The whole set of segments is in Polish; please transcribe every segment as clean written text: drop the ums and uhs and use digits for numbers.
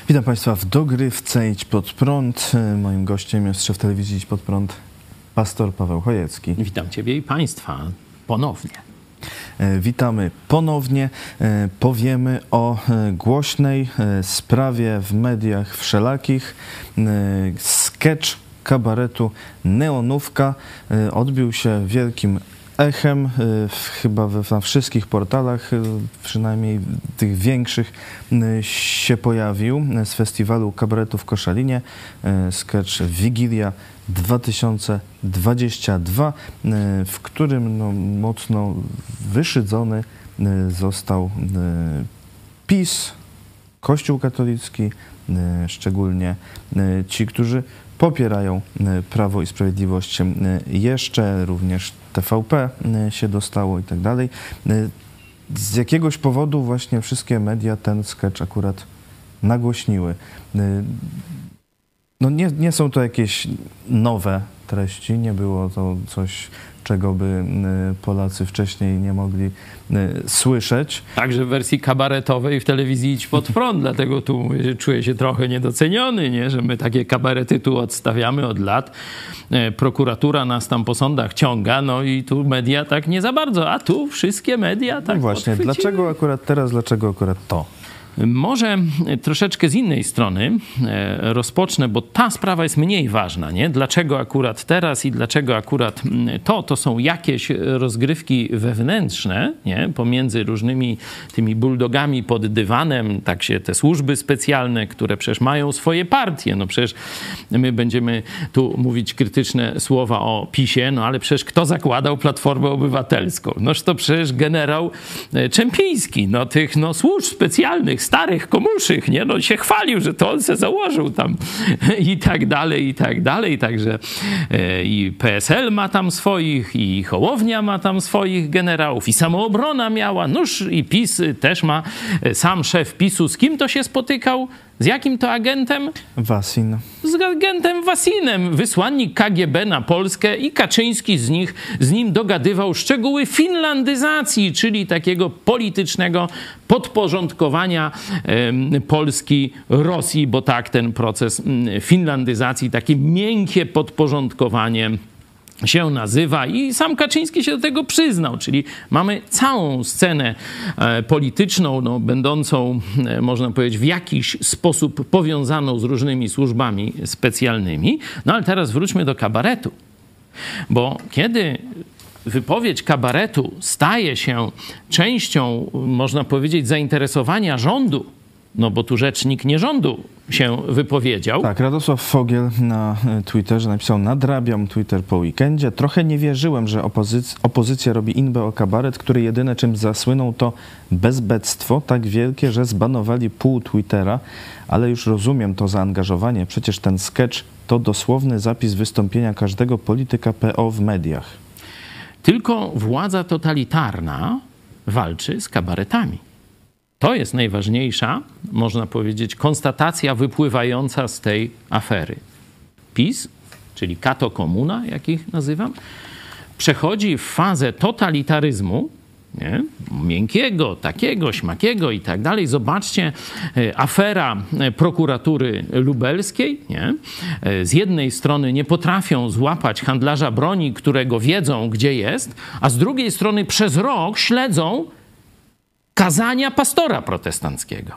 Witam Państwa w dogrywce Idź Pod Prąd. Moim gościem jest szef telewizji Idź Pod Prąd, pastor Paweł Chojecki. Witam Ciebie i Państwa ponownie. Witamy ponownie. Powiemy o głośnej sprawie w mediach wszelakich. Sketch kabaretu Neonówka odbił się wielkim echem, chyba na wszystkich portalach, przynajmniej tych większych, się pojawił z festiwalu kabaretu w Koszalinie. Sketch Wigilia 2022, w którym mocno wyszydzony został PiS, Kościół katolicki, szczególnie ci, którzy popierają Prawo i Sprawiedliwość. Jeszcze również TVP się dostało i tak dalej. Z jakiegoś powodu właśnie wszystkie media ten sketch akurat nagłośniły. No nie są to jakieś nowe treści, nie było to coś, czego by Polacy wcześniej nie mogli słyszeć. Także w wersji kabaretowej w telewizji Idź Pod Prąd, dlatego tu mówię, że czuję się trochę niedoceniony, nie? Że my takie kabarety tu odstawiamy od lat. Prokuratura nas tam po sądach ciąga, no i tu media tak nie za bardzo, a tu wszystkie media tak. No właśnie, podchwyciły. dlaczego akurat teraz, dlaczego akurat to? Może troszeczkę z innej strony rozpocznę, bo ta sprawa jest mniej ważna, nie? Dlaczego akurat teraz i dlaczego akurat to są jakieś rozgrywki wewnętrzne, nie? Pomiędzy różnymi tymi bulldogami pod dywanem, tak się te służby specjalne, które przecież mają swoje partie, no przecież my będziemy tu mówić krytyczne słowa o PiS-ie, no ale przecież kto zakładał Platformę Obywatelską? Noż to przecież generał Czempiński, no tych służb specjalnych, starych, komuszych, nie? No się chwalił, że to on se założył tam i tak dalej, i tak dalej. Także i PSL ma tam swoich, i Hołownia ma tam swoich generałów, i Samoobrona miała, nóż i PiS też ma. Sam szef PiS-u, z kim to się spotykał? Z jakim to agentem? Wasin. Z agentem Wasinem, wysłannik KGB na Polskę, i Kaczyński z nim dogadywał szczegóły finlandyzacji, czyli takiego politycznego podporządkowania Polski Rosji, bo tak ten proces finlandyzacji, takie miękkie podporządkowanie się nazywa, i sam Kaczyński się do tego przyznał, czyli mamy całą scenę polityczną, będącą, można powiedzieć, w jakiś sposób powiązaną z różnymi służbami specjalnymi. No ale teraz wróćmy do kabaretu, bo kiedy wypowiedź kabaretu staje się częścią, można powiedzieć, zainteresowania rządu, no bo tu rzecznik nie rządu się wypowiedział. Tak, Radosław Fogiel na Twitterze napisał: nadrabiam Twitter po weekendzie. Trochę nie wierzyłem, że opozycja robi inbę o kabaret, który jedyne czym zasłynął to bezbectwo tak wielkie, że zbanowali pół Twittera, ale już rozumiem to zaangażowanie. Przecież ten sketch to dosłowny zapis wystąpienia każdego polityka PO w mediach. Tylko władza totalitarna walczy z kabaretami. To jest najważniejsza, można powiedzieć, konstatacja wypływająca z tej afery. PiS, czyli kato komuna, jak ich nazywam, przechodzi w fazę totalitaryzmu, nie? Miękkiego, takiego, śmakiego i tak dalej. Zobaczcie, afera prokuratury lubelskiej. Nie? Z jednej strony nie potrafią złapać handlarza broni, którego wiedzą, gdzie jest, a z drugiej strony przez rok śledzą kazania pastora protestanckiego,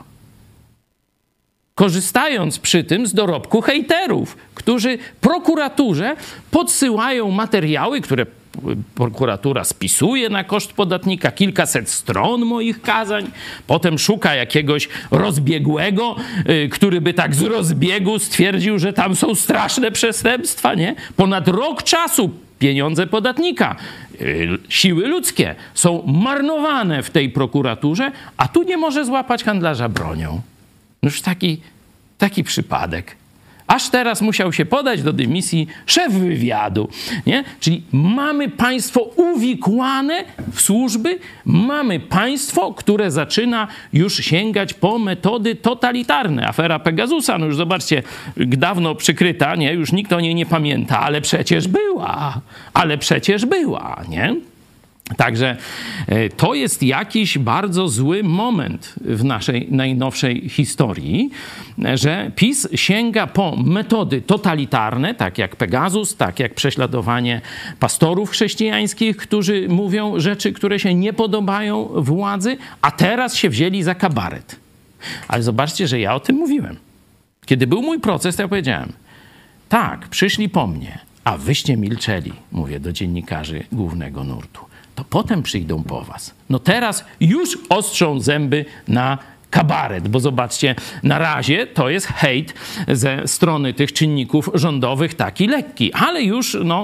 korzystając przy tym z dorobku hejterów, którzy prokuraturze podsyłają materiały, które prokuratura spisuje na koszt podatnika, kilkaset stron moich kazań, potem szuka jakiegoś rozbiegłego, który by tak z rozbiegu stwierdził, że tam są straszne przestępstwa, nie? Ponad rok czasu pieniądze podatnika, siły ludzkie są marnowane w tej prokuraturze, a tu nie może złapać handlarza bronią. Noż taki przypadek. Aż teraz musiał się podać do dymisji szef wywiadu, nie? Czyli mamy państwo uwikłane w służby, mamy państwo, które zaczyna już sięgać po metody totalitarne. Afera Pegasusa, no już zobaczcie, dawno przykryta, nie? Już nikt o niej nie pamięta, ale przecież była, nie? Także to jest jakiś bardzo zły moment w naszej najnowszej historii, że PiS sięga po metody totalitarne, tak jak Pegasus, tak jak prześladowanie pastorów chrześcijańskich, którzy mówią rzeczy, które się nie podobają władzy, a teraz się wzięli za kabaret. Ale zobaczcie, że ja o tym mówiłem. Kiedy był mój proces, to ja powiedziałem, tak, przyszli po mnie, a wyście milczeli, mówię do dziennikarzy głównego nurtu. To potem przyjdą po was. No teraz już ostrzą zęby na kabaret, bo zobaczcie, na razie to jest hejt ze strony tych czynników rządowych taki lekki, ale już no,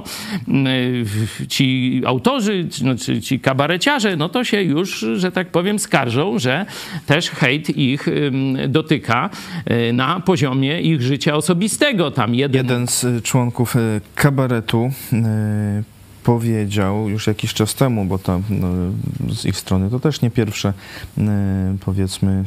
ci autorzy, czy ci kabareciarze, no to się już, że tak powiem, skarżą, że też hejt ich dotyka na poziomie ich życia osobistego. Tam jeden z członków kabaretu powiedział już jakiś czas temu, bo to z ich strony to też nie pierwsze, powiedzmy,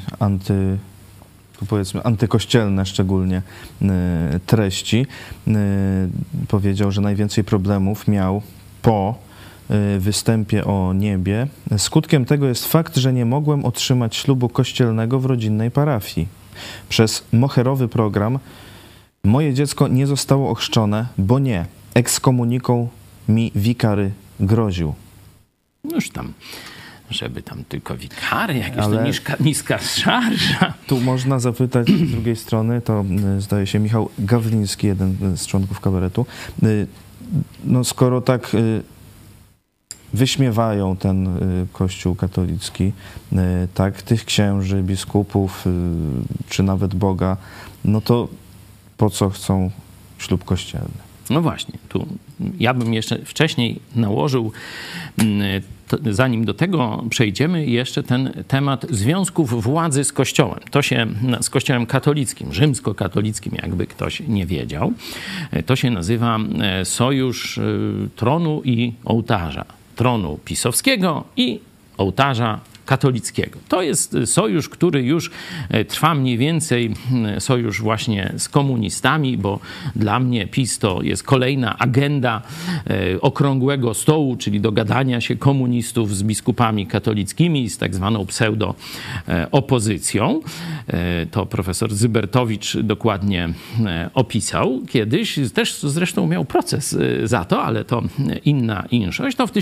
antykościelne szczególnie treści. Powiedział, że najwięcej problemów miał po występie o niebie. Skutkiem tego jest fakt, że nie mogłem otrzymać ślubu kościelnego w rodzinnej parafii. Przez moherowy program moje dziecko nie zostało ochrzczone, bo nie. Ekskomuniką mi wikary groził. Noż tam, żeby tam tylko wikary, jakieś to niska szarża. Tu można zapytać z drugiej strony, to zdaje się Michał Gawliński, jeden z członków kabaretu, no skoro tak wyśmiewają ten Kościół katolicki, tak, tych księży, biskupów, czy nawet Boga, no to po co chcą ślub kościelny? No właśnie, tu ja bym jeszcze wcześniej nałożył, zanim do tego przejdziemy, jeszcze ten temat związków władzy z Kościołem. To się z Kościołem katolickim, rzymskokatolickim, jakby ktoś nie wiedział, to się nazywa Sojusz Tronu i Ołtarza. Tronu pisowskiego i ołtarza katolickiego. To jest sojusz, który już trwa mniej więcej, sojusz właśnie z komunistami, bo dla mnie PiS to jest kolejna agenda okrągłego stołu, czyli dogadania się komunistów z biskupami katolickimi, z tak zwaną pseudo-opozycją. To profesor Zybertowicz dokładnie opisał kiedyś. Też zresztą miał proces za to, ale to inna inszość. To w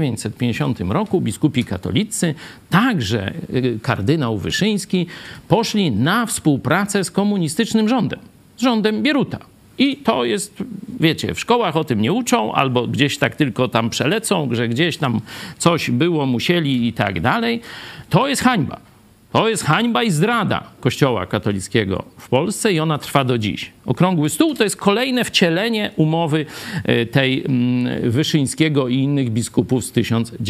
1950 roku biskupi katolicy, także kardynał Wyszyński, poszli na współpracę z komunistycznym rządem, z rządem Bieruta. I to jest, wiecie, w szkołach o tym nie uczą, albo gdzieś tak tylko tam przelecą, że gdzieś tam coś było, musieli i tak dalej. To jest hańba. To jest hańba i zdrada Kościoła katolickiego w Polsce i ona trwa do dziś. Okrągły stół to jest kolejne wcielenie umowy tej Wyszyńskiego i innych biskupów z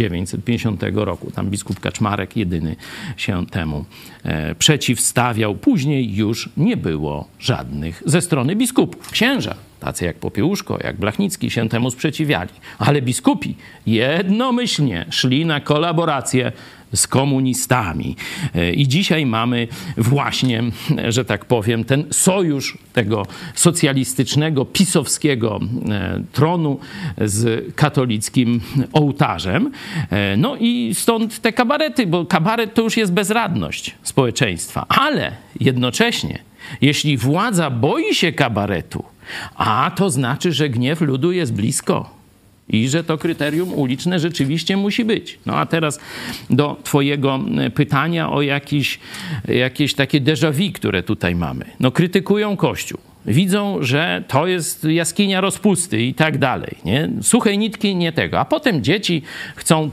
1950 roku. Tam biskup Kaczmarek jedyny się temu przeciwstawiał. Później już nie było żadnych ze strony biskupów. Księża, tacy jak Popiełuszko, jak Blachnicki, się temu sprzeciwiali. Ale biskupi jednomyślnie szli na kolaborację z komunistami. I dzisiaj mamy właśnie, że tak powiem, ten sojusz tego socjalistycznego, pisowskiego tronu z katolickim ołtarzem. No i stąd te kabarety, bo kabaret to już jest bezradność społeczeństwa. Ale jednocześnie, jeśli władza boi się kabaretu, a to znaczy, że gniew ludu jest blisko. I że to kryterium uliczne rzeczywiście musi być. No a teraz do twojego pytania o jakieś takie déjà vu, które tutaj mamy. No krytykują Kościół. Widzą, że to jest jaskinia rozpusty i tak dalej. Nie? Suchej nitki nie tego. A potem dzieci chcą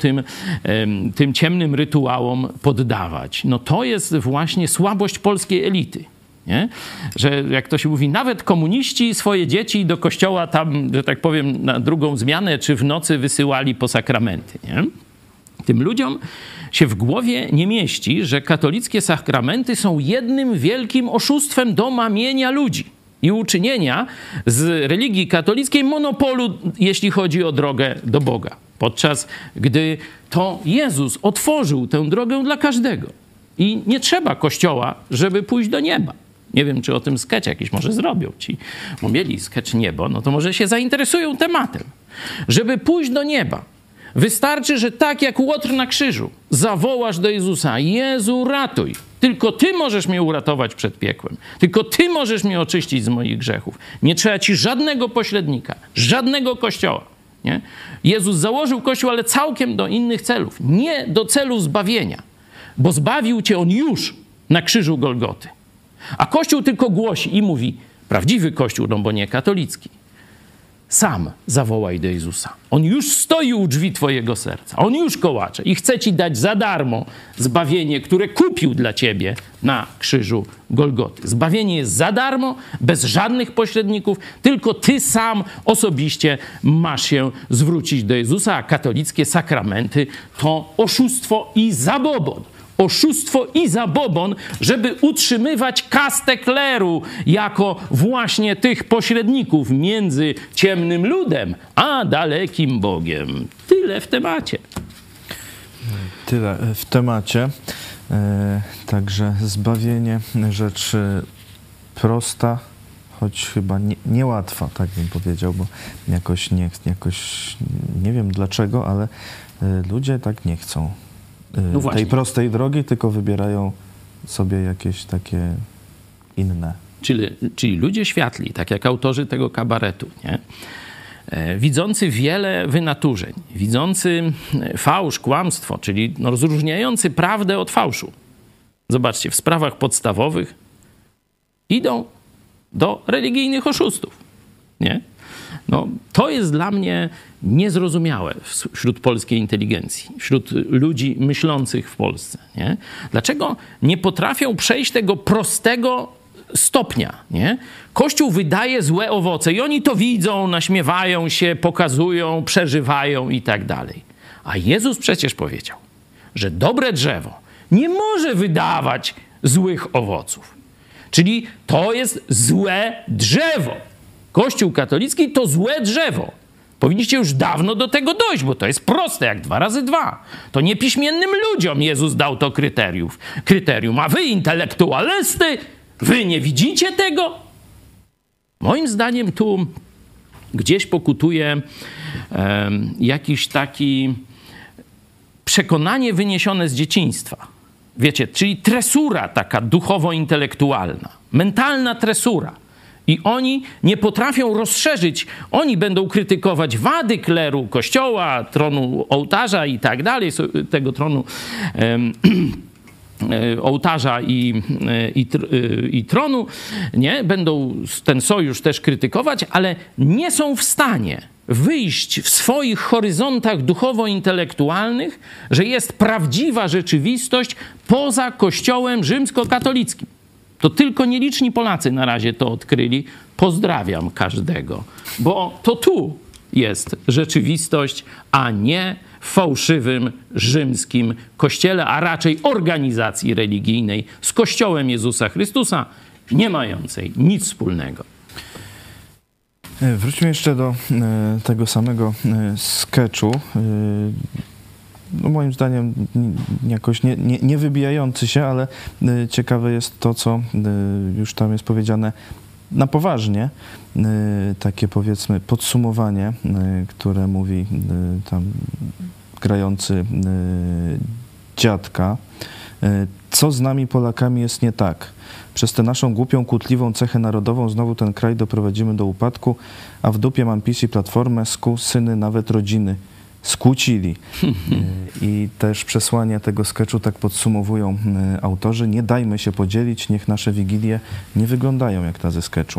tym ciemnym rytuałom poddawać. No to jest właśnie słabość polskiej elity. Nie? Że jak to się mówi, nawet komuniści swoje dzieci do kościoła tam, że tak powiem, na drugą zmianę czy w nocy wysyłali po sakramenty. Nie? Tym ludziom się w głowie nie mieści, że katolickie sakramenty są jednym wielkim oszustwem do mamienia ludzi i uczynienia z religii katolickiej monopolu, jeśli chodzi o drogę do Boga. Podczas gdy to Jezus otworzył tę drogę dla każdego. I nie trzeba kościoła, żeby pójść do nieba. Nie wiem, czy o tym sketch jakiś może zrobią ci, bo mieli sketch niebo, no to może się zainteresują tematem. Żeby pójść do nieba, Wystarczy, że tak jak Łotr na krzyżu zawołasz do Jezusa: Jezu, ratuj. Tylko Ty możesz mnie uratować przed piekłem. Tylko Ty możesz mnie oczyścić z moich grzechów. Nie trzeba Ci żadnego pośrednika, żadnego kościoła. Nie? Jezus założył Kościół, ale całkiem do innych celów. Nie do celów zbawienia, bo zbawił Cię On już na krzyżu Golgoty. A Kościół tylko głosi i mówi, prawdziwy Kościół, no bo nie katolicki: sam zawołaj do Jezusa. On już stoi u drzwi twojego serca. On już kołacze i chce ci dać za darmo zbawienie, które kupił dla ciebie na krzyżu Golgoty. Zbawienie jest za darmo, bez żadnych pośredników. Tylko ty sam osobiście masz się zwrócić do Jezusa, a katolickie sakramenty to oszustwo i zabobon. Oszustwo i zabobon, żeby utrzymywać kastę kleru jako właśnie tych pośredników między ciemnym ludem a dalekim Bogiem. Tyle w temacie. Tyle w temacie. Także zbawienie, rzecz prosta, choć chyba niełatwa, tak bym powiedział, bo jakoś nie wiem dlaczego, ale ludzie tak nie chcą. No tej prostej drogi, tylko wybierają sobie jakieś takie inne. Czyli ludzie światli, tak jak autorzy tego kabaretu, nie? Widzący wiele wynaturzeń, widzący fałsz, kłamstwo, czyli rozróżniający prawdę od fałszu. Zobaczcie, w sprawach podstawowych idą do religijnych oszustów, nie? No, to jest dla mnie niezrozumiałe wśród polskiej inteligencji, wśród ludzi myślących w Polsce. Nie? Dlaczego nie potrafią przejść tego prostego stopnia? Nie? Kościół wydaje złe owoce i oni to widzą, naśmiewają się, pokazują, przeżywają i tak dalej. A Jezus przecież powiedział, że dobre drzewo nie może wydawać złych owoców. Czyli to jest złe drzewo. Kościół katolicki to złe drzewo. Powinniście już dawno do tego dojść, bo to jest proste jak 2 razy 2. To niepiśmiennym ludziom Jezus dał to kryterium. A wy, intelektualscy, wy nie widzicie tego? Moim zdaniem tu gdzieś pokutuje jakiś taki przekonanie wyniesione z dzieciństwa. Wiecie, czyli tresura taka duchowo-intelektualna, mentalna tresura. I oni nie potrafią rozszerzyć. Oni będą krytykować wady kleru, kościoła, tronu ołtarza i tak dalej, tego tronu ołtarza i tronu, nie? Będą ten sojusz też krytykować, ale nie są w stanie wyjść w swoich horyzontach duchowo-intelektualnych, że jest prawdziwa rzeczywistość poza Kościołem rzymskokatolickim. To tylko nieliczni Polacy na razie to odkryli. Pozdrawiam każdego, bo to tu jest rzeczywistość, a nie w fałszywym rzymskim kościele, a raczej organizacji religijnej z Kościołem Jezusa Chrystusa, nie mającej nic wspólnego. Wróćmy jeszcze do tego samego sketchu. No moim zdaniem jakoś nie wybijający się, ale ciekawe jest to, co już tam jest powiedziane na poważnie. Takie powiedzmy podsumowanie, które mówi tam grający dziadka. Co z nami Polakami jest nie tak? Przez tę naszą głupią, kłótliwą cechę narodową znowu ten kraj doprowadzimy do upadku, a w dupie mam PiS i Platformę, syny, nawet rodziny skłócili. I też przesłanie tego sketchu tak podsumowują autorzy. Nie dajmy się podzielić, niech nasze wigilie nie wyglądają jak ta ze sketchu.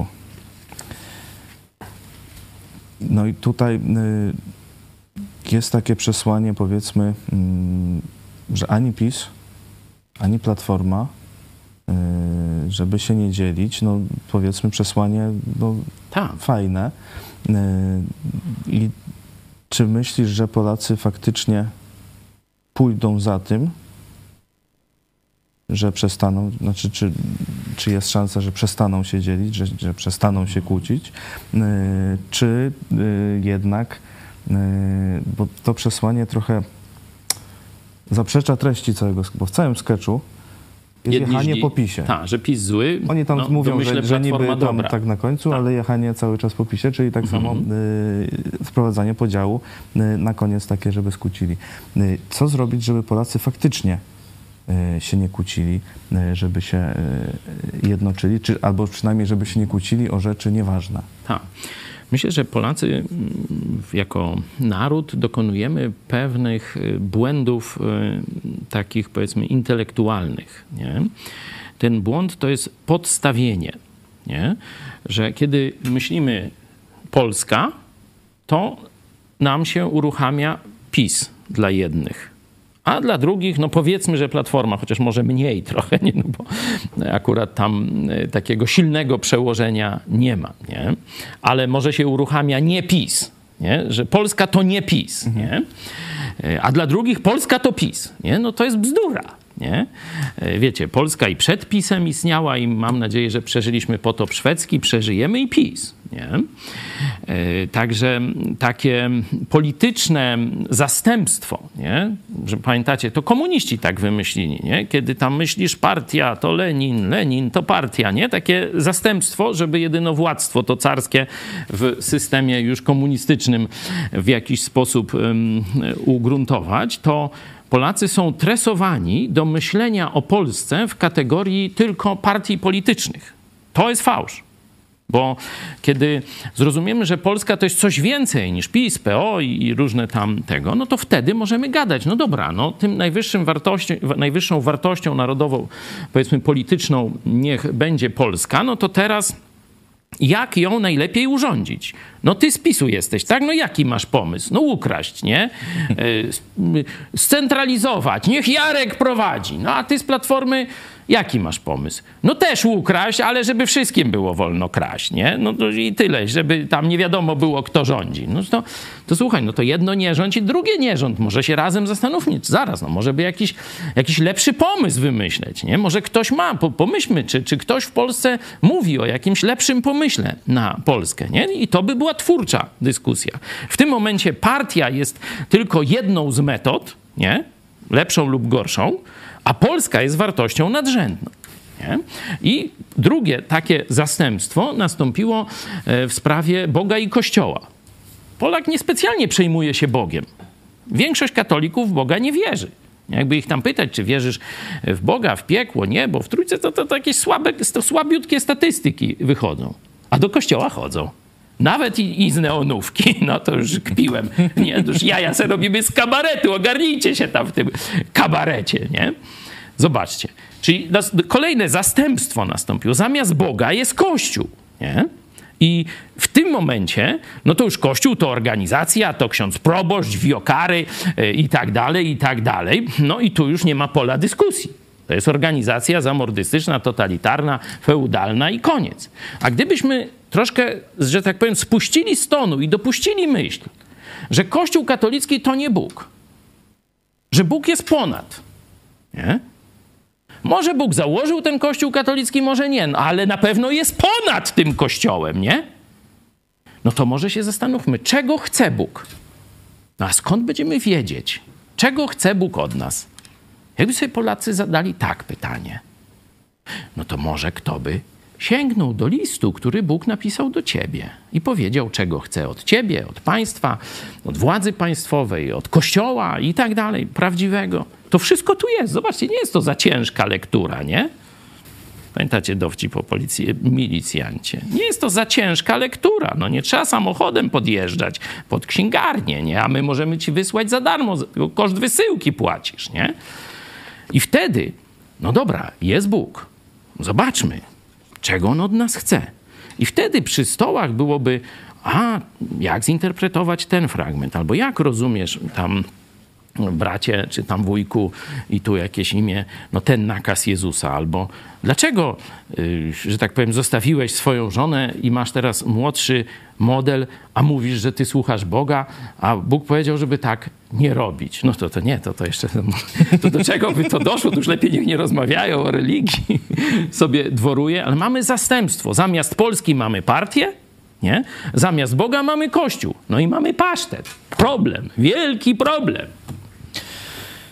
No i tutaj jest takie przesłanie, powiedzmy, że ani PiS, ani Platforma, żeby się nie dzielić, no powiedzmy przesłanie no, fajne. I czy myślisz, że Polacy faktycznie pójdą za tym, że przestaną, znaczy czy jest szansa, że przestaną się dzielić, że przestaną się kłócić, czy jednak, bo to przesłanie trochę zaprzecza treści całego, bo w całym sketchu jechanie po PiS-ie. Tak, że PiS zły. Oni tam mówią, że niby tam dobra. tak na końcu, ale jechanie cały czas po PiS-ie, czyli tak samo wprowadzanie podziału na koniec takie, żeby skłócili. Co zrobić, żeby Polacy faktycznie się nie kłócili, żeby się jednoczyli, albo przynajmniej, żeby się nie kłócili o rzeczy nieważne? Tak. Myślę, że Polacy jako naród dokonujemy pewnych błędów takich, powiedzmy, intelektualnych. Nie? Ten błąd to jest podstawienie, nie? Że kiedy myślimy Polska, to nam się uruchamia PiS dla jednych. A dla drugich, no powiedzmy, że Platforma, chociaż może mniej trochę, nie? No bo akurat tam takiego silnego przełożenia nie ma, nie? Ale może się uruchamia nie PiS, nie? Że Polska to nie PiS, nie? A dla drugich Polska to PiS, nie? No to jest bzdura, nie? Wiecie, Polska i przed PiS-em istniała i mam nadzieję, że przeżyliśmy potop szwedzki, przeżyjemy i PiS, nie? Także takie polityczne zastępstwo, nie? Że pamiętacie, to komuniści tak wymyślili, nie? Kiedy tam myślisz partia, to Lenin, Lenin to partia, nie? Takie zastępstwo, żeby jedynowładztwo to carskie w systemie już komunistycznym w jakiś sposób ugruntować, to Polacy są tresowani do myślenia o Polsce w kategorii tylko partii politycznych. To jest fałsz. Bo kiedy zrozumiemy, że Polska to jest coś więcej niż PiS, PO i różne tam tego, no to wtedy możemy gadać. No dobra, no tym najwyższą wartością narodową, powiedzmy polityczną, niech będzie Polska, no to teraz jak ją najlepiej urządzić? No ty z PiS-u jesteś, tak? No jaki masz pomysł? No ukraść, nie? Scentralizować, niech Jarek prowadzi. No a ty z Platformy jaki masz pomysł? No też ukraść, ale żeby wszystkim było wolno kraść, nie? No to i tyle, żeby tam nie wiadomo było, kto rządzi. No to słuchaj, no to jedno nie rządź i drugie nie rządź. Może się razem zastanówmy, zaraz, no może by jakiś lepszy pomysł wymyśleć, nie? Może ktoś ma, pomyślmy, czy ktoś w Polsce mówi o jakimś lepszym pomyśle na Polskę, nie? I to by była twórcza dyskusja. W tym momencie partia jest tylko jedną z metod, nie? Lepszą lub gorszą, a Polska jest wartością nadrzędną. Nie? I drugie takie zastępstwo nastąpiło w sprawie Boga i Kościoła. Polak niespecjalnie przejmuje się Bogiem. Większość katolików w Boga nie wierzy. Jakby ich tam pytać, czy wierzysz w Boga, w piekło, nie, bo w Trójce to jakieś słabiutkie statystyki wychodzą. A do kościoła chodzą. Nawet i z neonówki, no to już kpiłem. Nie, już jaja se robimy z kabaretu, ogarnijcie się tam w tym kabarecie, nie? Zobaczcie. Czyli kolejne zastępstwo nastąpiło. Zamiast Boga jest Kościół, nie? I w tym momencie, no to już Kościół to organizacja, to ksiądz proboszcz, wiokary i tak dalej, i tak dalej. No i tu już nie ma pola dyskusji. To jest organizacja zamordystyczna, totalitarna, feudalna i koniec. A gdybyśmy troszkę, że tak powiem, spuścili z tonu i dopuścili myśl, że Kościół katolicki to nie Bóg, że Bóg jest ponad, nie? Może Bóg założył ten Kościół katolicki, może nie, no, ale na pewno jest ponad tym Kościołem, nie? No to może się zastanówmy, czego chce Bóg? No a skąd będziemy wiedzieć, czego chce Bóg od nas? Jakby sobie Polacy zadali tak pytanie, no to może kto by sięgnął do listu, który Bóg napisał do ciebie i powiedział, czego chce od ciebie, od państwa, od władzy państwowej, od kościoła i tak dalej, prawdziwego. To wszystko tu jest. Zobaczcie, nie jest to za ciężka lektura, nie? Pamiętacie dowcip o milicjancie? Nie jest to za ciężka lektura. No nie trzeba samochodem podjeżdżać pod księgarnię, nie? A my możemy ci wysłać za darmo, tylko koszt wysyłki płacisz, nie? I wtedy, no dobra, jest Bóg. Zobaczmy, czego On od nas chce. I wtedy przy stołach byłoby, jak zinterpretować ten fragment, albo jak rozumiesz tam, bracie, czy tam wujku i tu jakieś imię, no ten nakaz Jezusa, albo dlaczego, że tak powiem, zostawiłeś swoją żonę i masz teraz młodszy model, a mówisz, że ty słuchasz Boga, a Bóg powiedział, żeby tak nie robić. No to nie, to jeszcze, to do czego by to doszło? To już lepiej niech nie rozmawiają o religii, sobie dworuje, ale mamy zastępstwo. Zamiast Polski mamy partię, nie? Zamiast Boga mamy Kościół. No i mamy pasztet. Problem, wielki problem.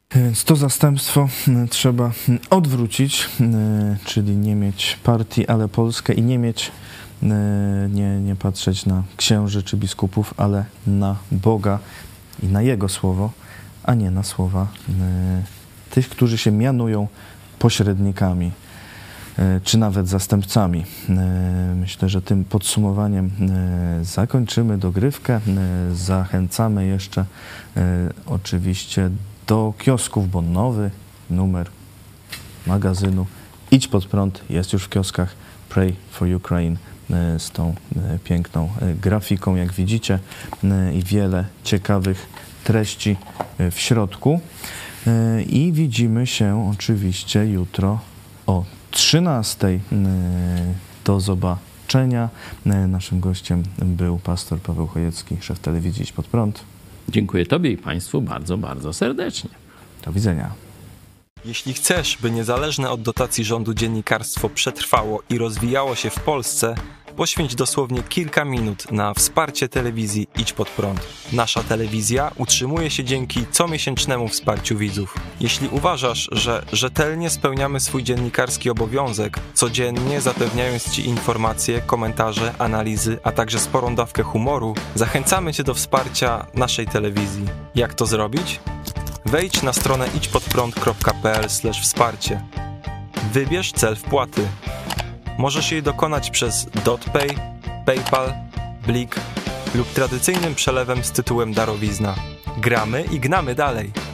Więc to zastępstwo trzeba odwrócić, czyli nie mieć partii, ale Polskę i nie patrzeć na księży czy biskupów, ale na Boga i na Jego słowo, a nie na słowa tych, którzy się mianują pośrednikami, czy nawet zastępcami. Myślę, że tym podsumowaniem zakończymy dogrywkę. Zachęcamy jeszcze oczywiście do kiosków, bo nowy numer magazynu Idź Pod Prąd jest już w kioskach. Pray for Ukraine z tą piękną grafiką, jak widzicie, i wiele ciekawych treści w środku. I widzimy się oczywiście jutro o 13:00. Do zobaczenia. Naszym gościem był pastor Paweł Chojecki, szef telewizji Idź Pod Prąd. Dziękuję Tobie i Państwu bardzo, bardzo serdecznie. Do widzenia. Jeśli chcesz, by niezależne od dotacji rządu dziennikarstwo przetrwało i rozwijało się w Polsce, poświęć dosłownie kilka minut na wsparcie telewizji Idź Pod Prąd. Nasza telewizja utrzymuje się dzięki comiesięcznemu wsparciu widzów. Jeśli uważasz, że rzetelnie spełniamy swój dziennikarski obowiązek, codziennie zapewniając Ci informacje, komentarze, analizy, a także sporą dawkę humoru, zachęcamy Cię do wsparcia naszej telewizji. Jak to zrobić? Wejdź na stronę idźpodprąd.pl/wsparcie. Wybierz cel wpłaty. Możesz jej dokonać przez DotPay, PayPal, Blik lub tradycyjnym przelewem z tytułem darowizna. Gramy i gnamy dalej!